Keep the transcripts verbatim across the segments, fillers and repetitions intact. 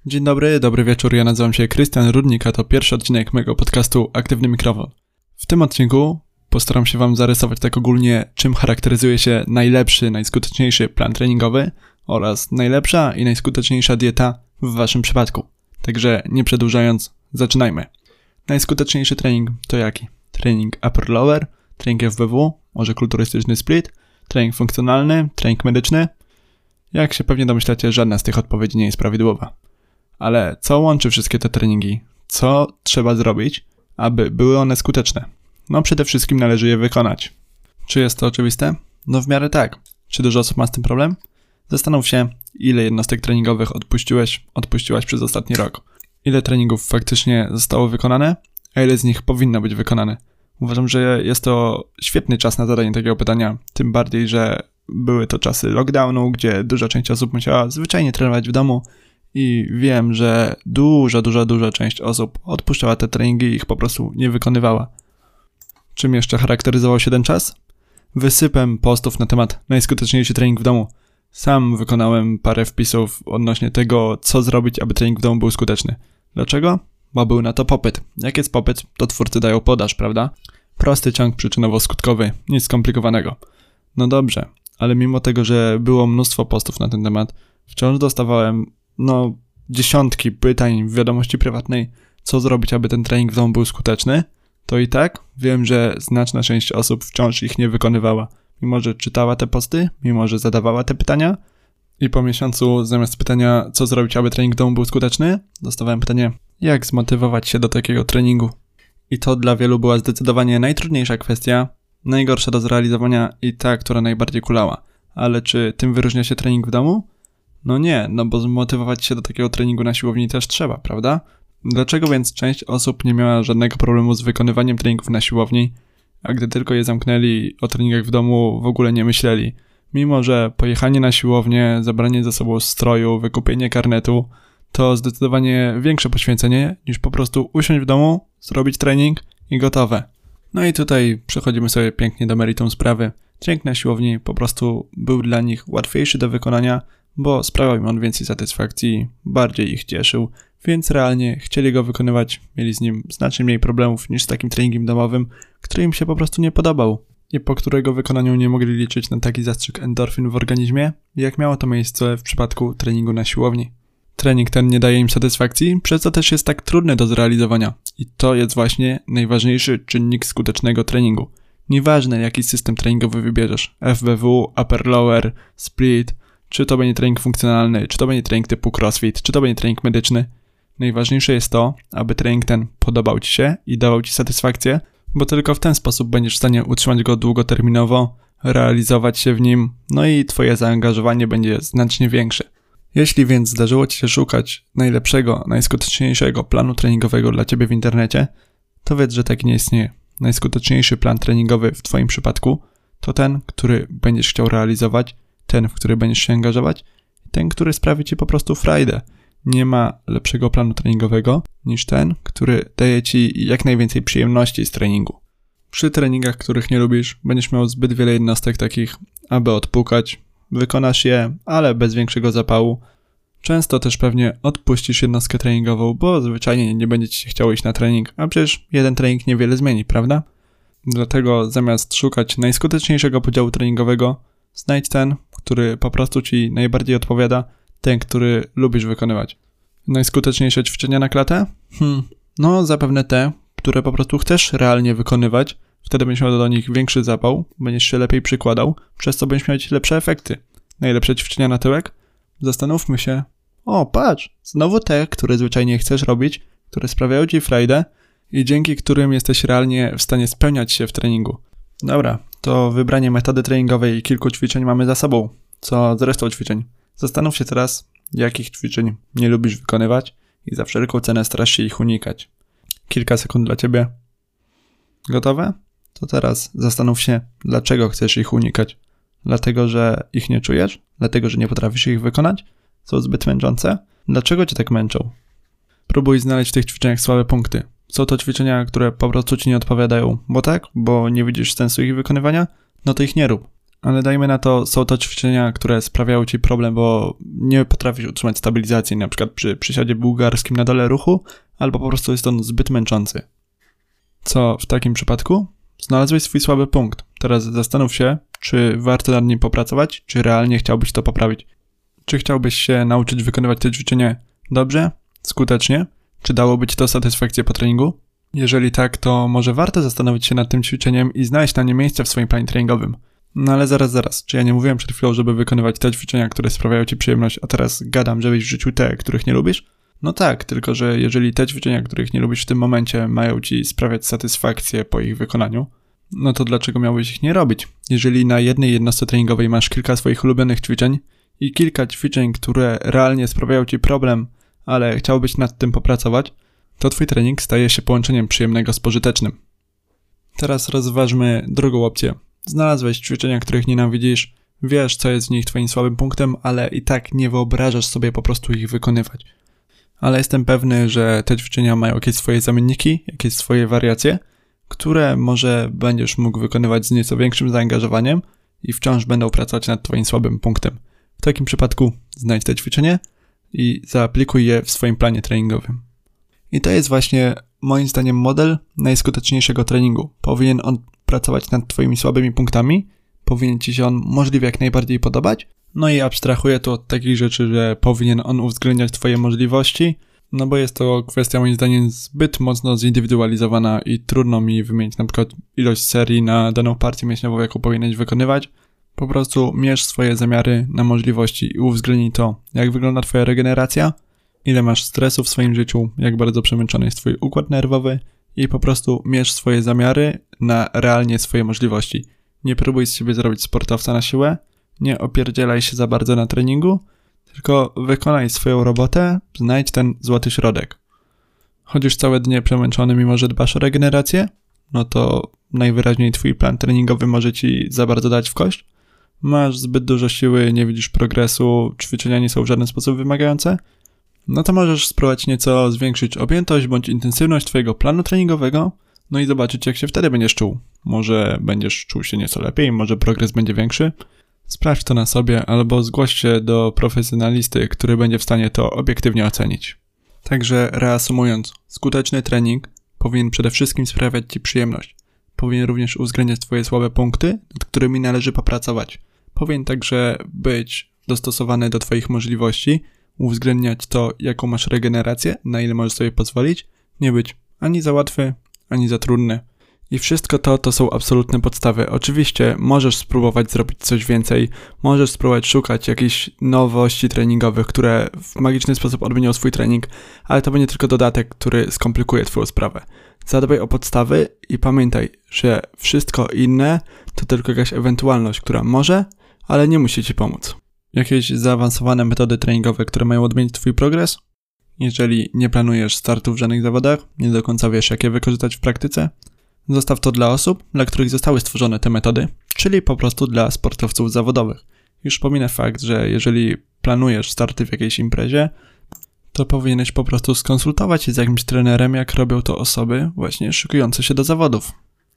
Dzień dobry, dobry wieczór, ja nazywam się Krystian Rudnik, a to pierwszy odcinek mojego podcastu Aktywny Mikrofon. W tym odcinku postaram się wam zarysować tak ogólnie, czym charakteryzuje się najlepszy, najskuteczniejszy plan treningowy oraz najlepsza i najskuteczniejsza dieta w waszym przypadku. Także nie przedłużając, zaczynajmy. Najskuteczniejszy trening to jaki? Trening upper-lower, trening F B W, może kulturystyczny split, trening funkcjonalny, trening medyczny? Jak się pewnie domyślacie, żadna z tych odpowiedzi nie jest prawidłowa. Ale co łączy wszystkie te treningi? Co trzeba zrobić, aby były one skuteczne? No przede wszystkim należy je wykonać. Czy jest to oczywiste? No w miarę tak. Czy dużo osób ma z tym problem? Zastanów się, ile jednostek treningowych odpuściłeś, odpuściłaś przez ostatni rok. Ile treningów faktycznie zostało wykonane, a ile z nich powinno być wykonane. Uważam, że jest to świetny czas na zadanie takiego pytania, tym bardziej, że były to czasy lockdownu, gdzie duża część osób musiała zwyczajnie trenować w domu i wiem, że duża, duża, duża część osób odpuszczała te treningi i ich po prostu nie wykonywała. Czym jeszcze charakteryzował się ten czas? Wysypem postów na temat najskuteczniejszy trening w domu. Sam wykonałem parę wpisów odnośnie tego, co zrobić, aby trening w domu był skuteczny. Dlaczego? Bo był na to popyt. Jak jest popyt, to twórcy dają podaż, prawda? Prosty ciąg przyczynowo-skutkowy, nic skomplikowanego. No dobrze, ale mimo tego, że było mnóstwo postów na ten temat, wciąż dostawałem, no, dziesiątki pytań w wiadomości prywatnej, co zrobić, aby ten trening w domu był skuteczny, to i tak wiem, że znaczna część osób wciąż ich nie wykonywała. Mimo, że czytała te posty, mimo, że zadawała te pytania i po miesiącu zamiast pytania, co zrobić, aby trening w domu był skuteczny, dostawałem pytanie, jak zmotywować się do takiego treningu. I to dla wielu była zdecydowanie najtrudniejsza kwestia, najgorsza do zrealizowania i ta, która najbardziej kulała. Ale czy tym wyróżnia się trening w domu? No nie, no bo zmotywować się do takiego treningu na siłowni też trzeba, prawda? Dlaczego więc część osób nie miała żadnego problemu z wykonywaniem treningów na siłowni, a gdy tylko je zamknęli, o treningach w domu w ogóle nie myśleli? Mimo że pojechanie na siłownię, zabranie ze sobą stroju, wykupienie karnetu to zdecydowanie większe poświęcenie niż po prostu usiąść w domu, zrobić trening i gotowe. No i tutaj przechodzimy sobie pięknie do meritum sprawy. Trening na siłowni po prostu był dla nich łatwiejszy do wykonania, bo sprawiał im on więcej satysfakcji, bardziej ich cieszył, więc realnie chcieli go wykonywać, mieli z nim znacznie mniej problemów niż z takim treningiem domowym, który im się po prostu nie podobał i po którego wykonaniu nie mogli liczyć na taki zastrzyk endorfin w organizmie, jak miało to miejsce w przypadku treningu na siłowni. Trening ten nie daje im satysfakcji, przez co też jest tak trudny do zrealizowania i to jest właśnie najważniejszy czynnik skutecznego treningu. Nieważne jaki system treningowy wybierzesz, F B W, upper lower, split, czy to będzie trening funkcjonalny, czy to będzie trening typu crossfit, czy to będzie trening medyczny. Najważniejsze jest to, aby trening ten podobał ci się i dawał ci satysfakcję, bo tylko w ten sposób będziesz w stanie utrzymać go długoterminowo, realizować się w nim, no i twoje zaangażowanie będzie znacznie większe. Jeśli więc zdarzyło ci się szukać najlepszego, najskuteczniejszego planu treningowego dla ciebie w internecie, to wiedz, że taki nie istnieje. Najskuteczniejszy plan treningowy w twoim przypadku to ten, który będziesz chciał realizować, ten, w który będziesz się angażować i ten, który sprawi ci po prostu frajdę. Nie ma lepszego planu treningowego niż ten, który daje ci jak najwięcej przyjemności z treningu. Przy treningach, których nie lubisz, będziesz miał zbyt wiele jednostek takich, aby odpukać. Wykonasz je, ale bez większego zapału. Często też pewnie odpuścisz jednostkę treningową, bo zwyczajnie nie będzie ci się chciało iść na trening, a przecież jeden trening niewiele zmieni, prawda? Dlatego zamiast szukać najskuteczniejszego podziału treningowego, znajdź ten, który po prostu ci najbardziej odpowiada, ten, który lubisz wykonywać. Najskuteczniejsze ćwiczenia na klatę? Hmm, no zapewne te, które po prostu chcesz realnie wykonywać, wtedy będziesz miał do nich większy zapał, będziesz się lepiej przykładał, przez co będziesz mieć lepsze efekty. Najlepsze ćwiczenia na tyłek? Zastanówmy się. O, patrz, znowu te, które zwyczajnie chcesz robić, które sprawiają ci frajdę i dzięki którym jesteś realnie w stanie spełniać się w treningu. Dobra, to wybranie metody treningowej i kilku ćwiczeń mamy za sobą. Co z resztą ćwiczeń? Zastanów się teraz, jakich ćwiczeń nie lubisz wykonywać i za wszelką cenę starasz się ich unikać. Kilka sekund dla ciebie. Gotowe? To teraz zastanów się, dlaczego chcesz ich unikać. Dlatego, że ich nie czujesz? Dlatego, że nie potrafisz ich wykonać? Są zbyt męczące? Dlaczego cię tak męczą? Próbuj znaleźć w tych ćwiczeniach słabe punkty. Są to ćwiczenia, które po prostu ci nie odpowiadają. Bo tak? Bo nie widzisz sensu ich wykonywania? No to ich nie rób. Ale dajmy na to, są to ćwiczenia, które sprawiają ci problem, bo nie potrafisz utrzymać stabilizacji, na przykład przy przysiadzie bułgarskim na dole ruchu, albo po prostu jest on zbyt męczący. Co w takim przypadku? Znalazłeś swój słaby punkt. Teraz zastanów się, czy warto nad nim popracować, czy realnie chciałbyś to poprawić. Czy chciałbyś się nauczyć wykonywać te ćwiczenie dobrze, skutecznie? Czy dałoby ci to satysfakcję po treningu? Jeżeli tak, to może warto zastanowić się nad tym ćwiczeniem i znaleźć na nie miejsce w swoim planie treningowym. No ale zaraz, zaraz, czy ja nie mówiłem przed chwilą, żeby wykonywać te ćwiczenia, które sprawiają ci przyjemność, a teraz gadam, żebyś w życiu te, których nie lubisz? No tak, tylko że jeżeli te ćwiczenia, których nie lubisz w tym momencie, mają ci sprawiać satysfakcję po ich wykonaniu, no to dlaczego miałbyś ich nie robić? Jeżeli na jednej jednostce treningowej masz kilka swoich ulubionych ćwiczeń i kilka ćwiczeń, które realnie sprawiają ci problem, ale chciałbyś nad tym popracować, to twój trening staje się połączeniem przyjemnego z pożytecznym. Teraz rozważmy drugą opcję. Znalazłeś ćwiczenia, których nienawidzisz, wiesz, co jest w nich twoim słabym punktem, ale i tak nie wyobrażasz sobie po prostu ich wykonywać. Ale jestem pewny, że te ćwiczenia mają jakieś swoje zamienniki, jakieś swoje wariacje, które może będziesz mógł wykonywać z nieco większym zaangażowaniem i wciąż będą pracować nad twoim słabym punktem. W takim przypadku znajdź te ćwiczenie i zaaplikuj je w swoim planie treningowym. I to jest właśnie, moim zdaniem, model najskuteczniejszego treningu. Powinien on pracować nad twoimi słabymi punktami, powinien ci się on możliwie jak najbardziej podobać, no i abstrahuję tu od takich rzeczy, że powinien on uwzględniać twoje możliwości, no bo jest to kwestia moim zdaniem zbyt mocno zindywidualizowana i trudno mi wymienić na przykład ilość serii na daną partię mięśniową, jaką powinieneś wykonywać. Po prostu mierz swoje zamiary na możliwości i uwzględnij to, jak wygląda twoja regeneracja, ile masz stresu w swoim życiu, jak bardzo przemęczony jest twój układ nerwowy i po prostu mierz swoje zamiary na realnie swoje możliwości. Nie próbuj z siebie zrobić sportowca na siłę, nie opierdzielaj się za bardzo na treningu, tylko wykonaj swoją robotę, znajdź ten złoty środek. Chodzisz całe dnie przemęczony, mimo że dbasz o regenerację, no to najwyraźniej twój plan treningowy może ci za bardzo dać w kość. Masz zbyt dużo siły, nie widzisz progresu, ćwiczenia nie są w żaden sposób wymagające, no to możesz spróbować nieco zwiększyć objętość bądź intensywność twojego planu treningowego, no i zobaczyć, jak się wtedy będziesz czuł. Może będziesz czuł się nieco lepiej, może progres będzie większy. Sprawdź to na sobie albo zgłoś się do profesjonalisty, który będzie w stanie to obiektywnie ocenić. Także reasumując, skuteczny trening powinien przede wszystkim sprawiać ci przyjemność. Powinien również uwzględniać twoje słabe punkty, nad którymi należy popracować. Powinien także być dostosowany do twoich możliwości, uwzględniać to, jaką masz regenerację, na ile możesz sobie pozwolić, nie być ani za łatwy, ani za trudny. I wszystko to, to są absolutne podstawy. Oczywiście możesz spróbować zrobić coś więcej, możesz spróbować szukać jakichś nowości treningowych, które w magiczny sposób odmienią swój trening, ale to będzie tylko dodatek, który skomplikuje twoją sprawę. Zadbaj o podstawy i pamiętaj, że wszystko inne to tylko jakaś ewentualność, która może, ale nie musi ci pomóc. Jakieś zaawansowane metody treningowe, które mają odmienić twój progres? Jeżeli nie planujesz startu w żadnych zawodach, nie do końca wiesz, jak je wykorzystać w praktyce, zostaw to dla osób, dla których zostały stworzone te metody, czyli po prostu dla sportowców zawodowych. Już pominę fakt, że jeżeli planujesz starty w jakiejś imprezie, to powinieneś po prostu skonsultować się z jakimś trenerem, jak robią to osoby właśnie szykujące się do zawodów.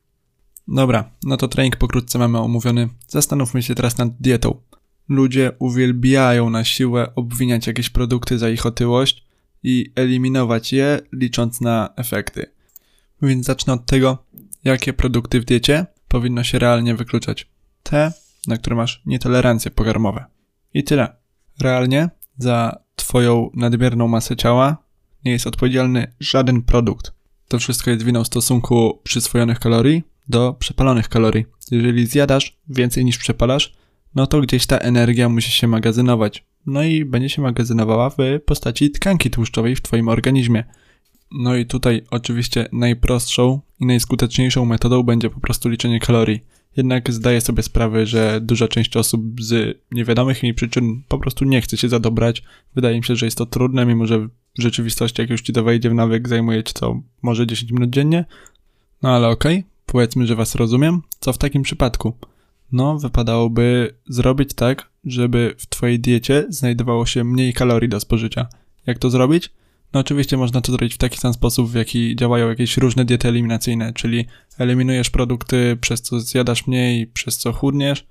Dobra, no to trening pokrótce mamy omówiony. Zastanówmy się teraz nad dietą. Ludzie uwielbiają na siłę obwiniać jakieś produkty za ich otyłość i eliminować je, licząc na efekty. Więc zacznę od tego, jakie produkty w diecie powinno się realnie wykluczać. Te, na które masz nietolerancje pokarmowe. I tyle. Realnie za twoją nadmierną masę ciała nie jest odpowiedzialny żaden produkt. To wszystko jest winą stosunku przyswojonych kalorii do przepalonych kalorii. Jeżeli zjadasz więcej niż przepalasz, no to gdzieś ta energia musi się magazynować. No i będzie się magazynowała w postaci tkanki tłuszczowej w twoim organizmie. No i tutaj oczywiście najprostszą i najskuteczniejszą metodą będzie po prostu liczenie kalorii. Jednak zdaję sobie sprawę, że duża część osób z niewiadomych mi przyczyn po prostu nie chce się zadobrać. Wydaje mi się, że jest to trudne, mimo że w rzeczywistości, jak już ci to wejdzie w nawyk, zajmuje ci to może dziesięć minut dziennie. No ale okej, okay, powiedzmy, że was rozumiem. Co w takim przypadku? No, wypadałoby zrobić tak, żeby w twojej diecie znajdowało się mniej kalorii do spożycia. Jak to zrobić? No oczywiście można to zrobić w taki sam sposób, w jaki działają jakieś różne diety eliminacyjne, czyli eliminujesz produkty, przez co zjadasz mniej, przez co chudniesz,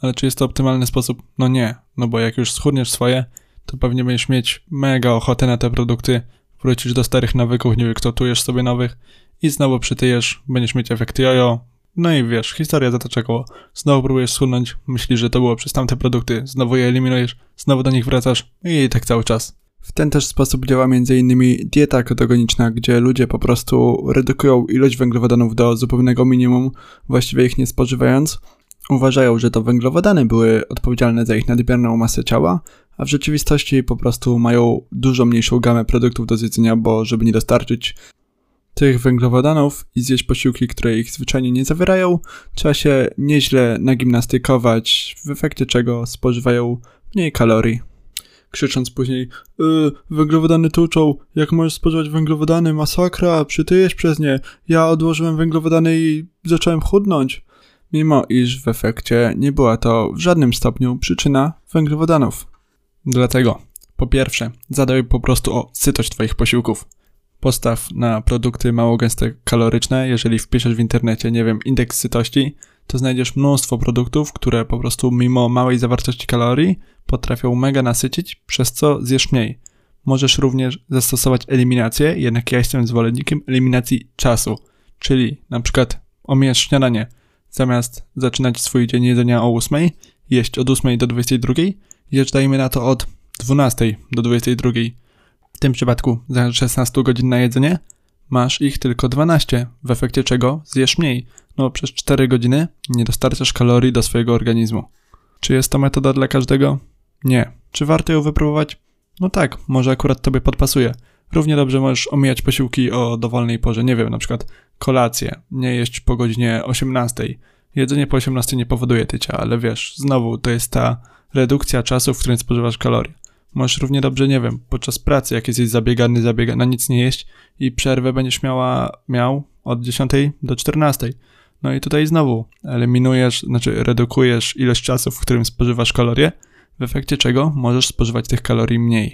Ale czy jest to optymalny sposób? No nie, no bo jak już schudniesz swoje, to pewnie będziesz mieć mega ochotę na te produkty, wrócisz do starych nawyków, nie wykształtujesz sobie nowych i znowu przytyjesz, będziesz mieć efekty jojo. No i wiesz, historia zatacza koło. Znowu próbujesz schudnąć, myślisz, że to było przez tamte produkty, znowu je eliminujesz, znowu do nich wracasz i tak cały czas. W ten też sposób działa między innymi dieta ketogeniczna, gdzie ludzie po prostu redukują ilość węglowodanów do zupełnego minimum, właściwie ich nie spożywając. Uważają, że to węglowodany były odpowiedzialne za ich nadmierną masę ciała, a w rzeczywistości po prostu mają dużo mniejszą gamę produktów do zjedzenia, bo żeby nie dostarczyć tych węglowodanów i zjeść posiłki, które ich zwyczajnie nie zawierają, trzeba się nieźle nagimnastykować, w efekcie czego spożywają mniej kalorii. Krzycząc później, yy, węglowodany tuczą, jak możesz spożywać węglowodany, masakra, przytyjesz przez nie, ja odłożyłem węglowodany i zacząłem chudnąć. Mimo iż w efekcie nie była to w żadnym stopniu przyczyna węglowodanów. Dlatego, po pierwsze, zadbaj po prostu o sytość twoich posiłków. Postaw na produkty mało gęste kaloryczne, jeżeli wpiszesz w internecie, nie wiem, indeks sytości, to znajdziesz mnóstwo produktów, które po prostu mimo małej zawartości kalorii potrafią mega nasycić, przez co zjesz mniej. Możesz również zastosować eliminację, jednak ja jestem zwolennikiem eliminacji czasu, czyli na przykład omijasz śniadanie. Zamiast zaczynać swój dzień jedzenia o ósmej, jeść od ósmej do dwudziestej drugiej, jesz dajmy na to od dwunastej do dwudziestej drugiej. W tym przypadku za szesnaście godzin na jedzenie masz ich tylko dwanaście, w efekcie czego zjesz mniej, no bo przez cztery godziny nie dostarczasz kalorii do swojego organizmu. Czy jest to metoda dla każdego? Nie. Czy warto ją wypróbować? No tak, może akurat tobie podpasuje. Równie dobrze możesz omijać posiłki o dowolnej porze, nie wiem, na przykład kolację, nie jeść po godzinie osiemnastej. Jedzenie po osiemnastej nie powoduje tycia, ale wiesz, znowu to jest ta redukcja czasu, w którym spożywasz kalorie. Możesz równie dobrze, nie wiem, podczas pracy, jak jesteś zabiegany, zabiega na nic nie jeść i przerwę będziesz miała, miał od dziesiątej do czternastej. No i tutaj znowu eliminujesz, znaczy redukujesz ilość czasu, w którym spożywasz kalorie, w efekcie czego możesz spożywać tych kalorii mniej.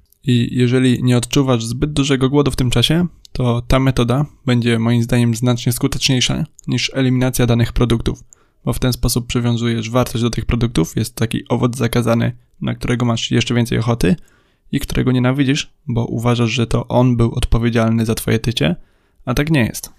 I jeżeli nie odczuwasz zbyt dużego głodu w tym czasie, to ta metoda będzie moim zdaniem znacznie skuteczniejsza niż eliminacja danych produktów, bo w ten sposób przywiązujesz wartość do tych produktów, jest taki owoc zakazany, na którego masz jeszcze więcej ochoty i którego nienawidzisz, bo uważasz, że to on był odpowiedzialny za twoje tycie, a tak nie jest.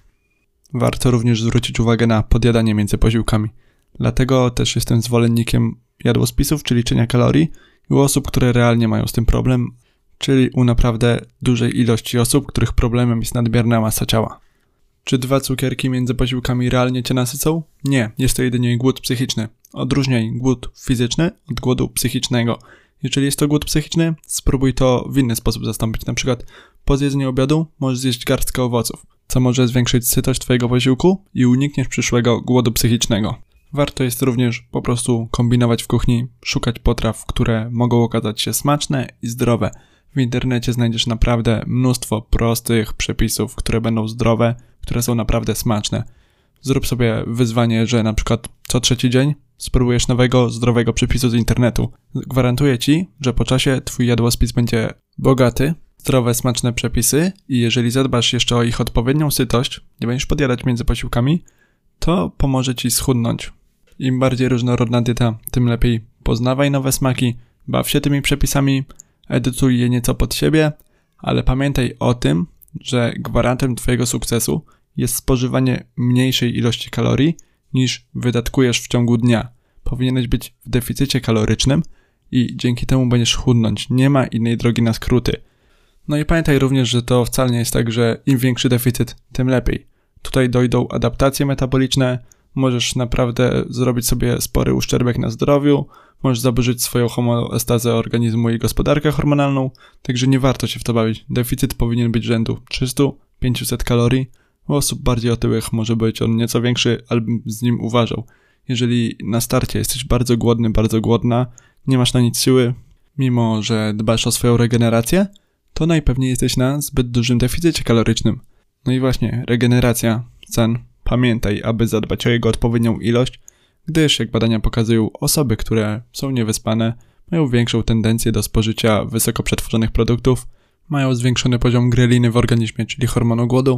Warto również zwrócić uwagę na podjadanie między posiłkami. Dlatego też jestem zwolennikiem jadłospisów, czyli liczenia kalorii i u osób, które realnie mają z tym problem, czyli u naprawdę dużej ilości osób, których problemem jest nadmierna masa ciała. Czy dwa cukierki między posiłkami realnie cię nasycą? Nie, jest to jedynie głód psychiczny. Odróżniaj głód fizyczny od głodu psychicznego. Jeżeli jest to głód psychiczny, spróbuj to w inny sposób zastąpić. Na przykład po zjedzeniu obiadu możesz zjeść garstkę owoców, co może zwiększyć sytość twojego posiłku i unikniesz przyszłego głodu psychicznego. Warto jest również po prostu kombinować w kuchni, szukać potraw, które mogą okazać się smaczne i zdrowe. W internecie znajdziesz naprawdę mnóstwo prostych przepisów, które będą zdrowe, które są naprawdę smaczne. Zrób sobie wyzwanie, że na przykład co trzeci dzień spróbujesz nowego, zdrowego przepisu z internetu. Gwarantuję ci, że po czasie twój jadłospis będzie bogaty, zdrowe, smaczne przepisy i jeżeli zadbasz jeszcze o ich odpowiednią sytość, nie będziesz podjadać między posiłkami, to pomoże ci schudnąć. Im bardziej różnorodna dieta, tym lepiej. Poznawaj nowe smaki, baw się tymi przepisami, edytuj je nieco pod siebie, ale pamiętaj o tym, że gwarantem twojego sukcesu jest spożywanie mniejszej ilości kalorii niż wydatkujesz w ciągu dnia. Powinieneś być w deficycie kalorycznym i dzięki temu będziesz chudnąć. Nie ma innej drogi na skróty. No i pamiętaj również, że to wcale nie jest tak, że im większy deficyt, tym lepiej. Tutaj dojdą adaptacje metaboliczne, możesz naprawdę zrobić sobie spory uszczerbek na zdrowiu, możesz zaburzyć swoją homeostazę organizmu i gospodarkę hormonalną, także nie warto się w to bawić. Deficyt powinien być rzędu trzysta do pięciuset kalorii, u osób bardziej otyłych może być on nieco większy, ale bym z nim uważał. Jeżeli na starcie jesteś bardzo głodny, bardzo głodna, nie masz na nic siły, mimo że dbasz o swoją regenerację, to najpewniej jesteś na zbyt dużym deficycie kalorycznym. No i właśnie, regeneracja, sen. Pamiętaj, aby zadbać o jego odpowiednią ilość, gdyż, jak badania pokazują, osoby, które są niewyspane, mają większą tendencję do spożycia wysoko przetworzonych produktów, mają zwiększony poziom greliny w organizmie, czyli hormonu głodu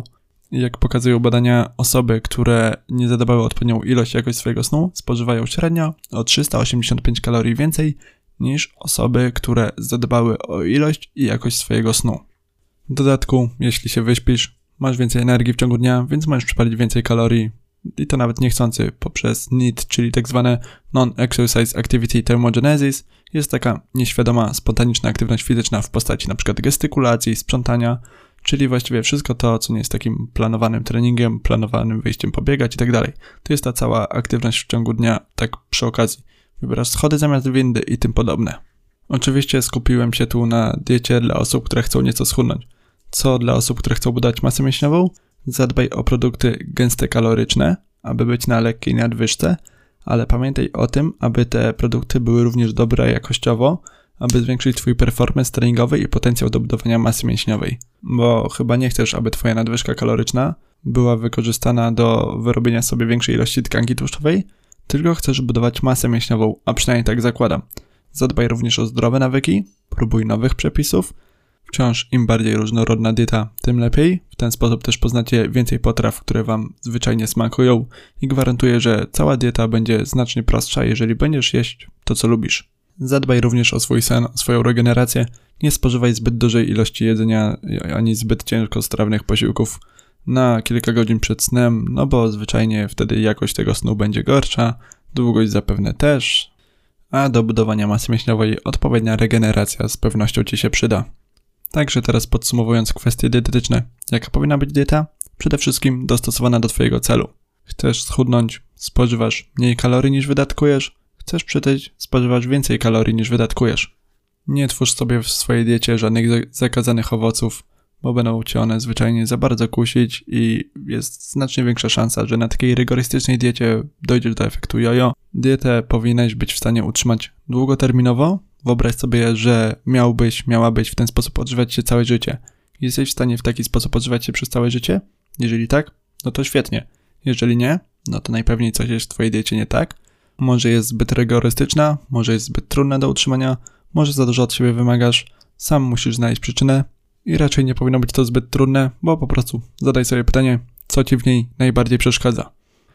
Jak pokazują badania, osoby, które nie zadawały odpowiednią ilość i jakość swojego snu, spożywają średnio o trzysta osiemdziesiąt pięć kalorii więcej niż osoby, które zadbały o ilość i jakość swojego snu. W dodatku, jeśli się wyśpisz, masz więcej energii w ciągu dnia, więc możesz przypalić więcej kalorii i to nawet niechcący poprzez N I T, czyli tak zwane Non-Exercise Activity Thermogenesis. Jest taka nieświadoma, spontaniczna aktywność fizyczna w postaci np. gestykulacji, sprzątania, czyli właściwie wszystko to, co nie jest takim planowanym treningiem, planowanym wyjściem pobiegać i tak dalej. To jest ta cała aktywność w ciągu dnia, tak przy okazji. Wybierasz schody zamiast windy i tym podobne. Oczywiście skupiłem się tu na diecie dla osób, które chcą nieco schudnąć. Co dla osób, które chcą budować masę mięśniową? Zadbaj o produkty gęste kaloryczne, aby być na lekkiej nadwyżce, ale pamiętaj o tym, aby te produkty były również dobre jakościowo, aby zwiększyć twój performance treningowy i potencjał do budowania masy mięśniowej. Bo chyba nie chcesz, aby twoja nadwyżka kaloryczna była wykorzystana do wyrobienia sobie większej ilości tkanki tłuszczowej, tylko chcesz budować masę mięśniową, a przynajmniej tak zakładam. Zadbaj również o zdrowe nawyki, próbuj nowych przepisów. Wciąż im bardziej różnorodna dieta, tym lepiej. W ten sposób też poznacie więcej potraw, które wam zwyczajnie smakują i gwarantuję, że cała dieta będzie znacznie prostsza, jeżeli będziesz jeść to, co lubisz. Zadbaj również o swój sen, o swoją regenerację. Nie spożywaj zbyt dużej ilości jedzenia ani zbyt ciężkostrawnych posiłków na kilka godzin przed snem, no bo zwyczajnie wtedy jakość tego snu będzie gorsza, długość zapewne też, a do budowania masy mięśniowej odpowiednia regeneracja z pewnością ci się przyda. Także teraz podsumowując kwestie dietetyczne, jaka powinna być dieta? Przede wszystkim dostosowana do twojego celu. Chcesz schudnąć, spożywasz mniej kalorii niż wydatkujesz, chcesz przytyć, spożywasz więcej kalorii niż wydatkujesz. Nie twórz sobie w swojej diecie żadnych zakazanych owoców, bo będą cię one zwyczajnie za bardzo kusić i jest znacznie większa szansa, że na takiej rygorystycznej diecie dojdziesz do efektu jojo. Dietę powinieneś być w stanie utrzymać długoterminowo. Wyobraź sobie, że miałbyś, miałabyś w ten sposób odżywać się całe życie. Jesteś w stanie w taki sposób odżywać się przez całe życie? Jeżeli tak, no to świetnie. Jeżeli nie, no to najpewniej coś jest w twojej diecie nie tak. Może jest zbyt rygorystyczna, może jest zbyt trudna do utrzymania, może za dużo od siebie wymagasz, sam musisz znaleźć przyczynę i raczej nie powinno być to zbyt trudne, bo po prostu zadaj sobie pytanie, co ci w niej najbardziej przeszkadza.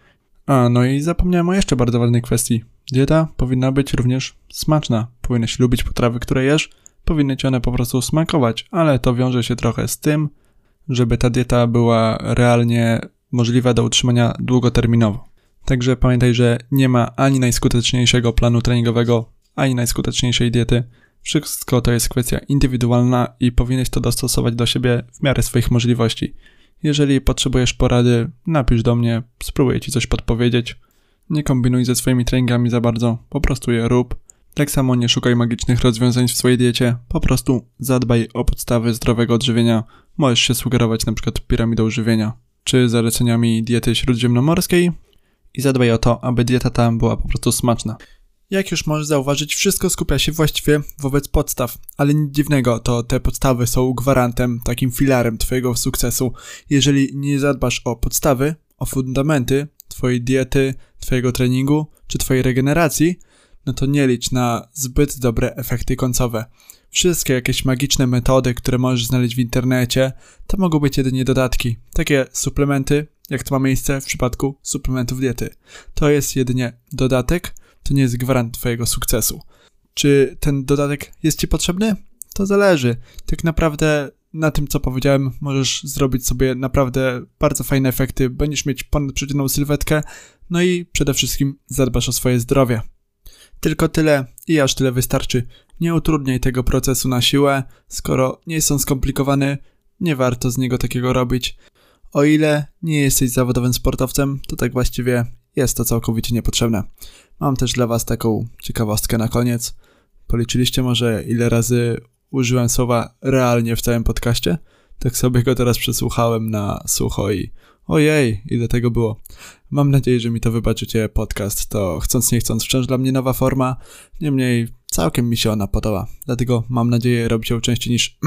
A, no i zapomniałem o jeszcze bardzo ważnej kwestii. Dieta powinna być również smaczna. Powinieneś lubić potrawy, które jesz, powinny ci one po prostu smakować, ale to wiąże się trochę z tym, żeby ta dieta była realnie możliwa do utrzymania długoterminowo. Także pamiętaj, że nie ma ani najskuteczniejszego planu treningowego, ani najskuteczniejszej diety. Wszystko to jest kwestia indywidualna i powinieneś to dostosować do siebie w miarę swoich możliwości. Jeżeli potrzebujesz porady, napisz do mnie, spróbuję ci coś podpowiedzieć. Nie kombinuj ze swoimi treningami za bardzo, po prostu je rób. Tak samo nie szukaj magicznych rozwiązań w swojej diecie, po prostu zadbaj o podstawy zdrowego odżywienia. Możesz się sugerować na przykład piramidą żywienia, czy zaleceniami diety śródziemnomorskiej i zadbaj o to, aby dieta ta była po prostu smaczna. Jak już możesz zauważyć, wszystko skupia się właściwie wobec podstaw, ale nic dziwnego, to te podstawy są gwarantem, takim filarem twojego sukcesu. Jeżeli nie zadbasz o podstawy, o fundamenty twojej diety, twojego treningu czy twojej regeneracji, no to nie licz na zbyt dobre efekty końcowe. Wszystkie jakieś magiczne metody, które możesz znaleźć w internecie, to mogą być jedynie dodatki. Takie suplementy, jak to ma miejsce w przypadku suplementów diety. To jest jedynie dodatek, to nie jest gwarant twojego sukcesu. Czy ten dodatek jest ci potrzebny? To zależy. Tak naprawdę na tym, co powiedziałem, możesz zrobić sobie naprawdę bardzo fajne efekty, będziesz mieć ponadprzeciętną sylwetkę, no i przede wszystkim zadbasz o swoje zdrowie. Tylko tyle i aż tyle wystarczy. Nie utrudniaj tego procesu na siłę, skoro nie jest on skomplikowany, nie warto z niego takiego robić. O ile nie jesteś zawodowym sportowcem, to tak właściwie jest to całkowicie niepotrzebne. Mam też dla was taką ciekawostkę na koniec. Policzyliście może, ile razy użyłem słowa realnie w całym podcaście? Tak sobie go teraz przesłuchałem na sucho i ojej, ile tego było. Mam nadzieję, że mi to wybaczycie. Podcast to chcąc nie chcąc wciąż dla mnie nowa forma. Niemniej całkiem mi się ona podoba. Dlatego mam nadzieję robić ją częściej niż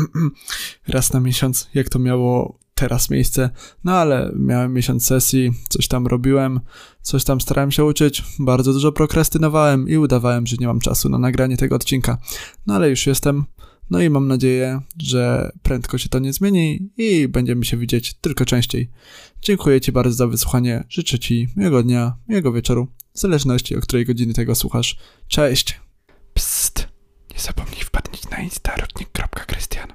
raz na miesiąc, jak to miało teraz miejsce. No ale miałem miesiąc sesji, coś tam robiłem, coś tam starałem się uczyć. Bardzo dużo prokrastynowałem i udawałem, że nie mam czasu na nagranie tego odcinka. No ale już jestem. No i mam nadzieję, że prędko się to nie zmieni i będziemy się widzieć tylko częściej. Dziękuję Ci bardzo za wysłuchanie. Życzę Ci miłego dnia, miłego wieczoru, w zależności o której godziny tego słuchasz. Cześć! Psst, nie zapomnij wpadnić na insta rodnik kropka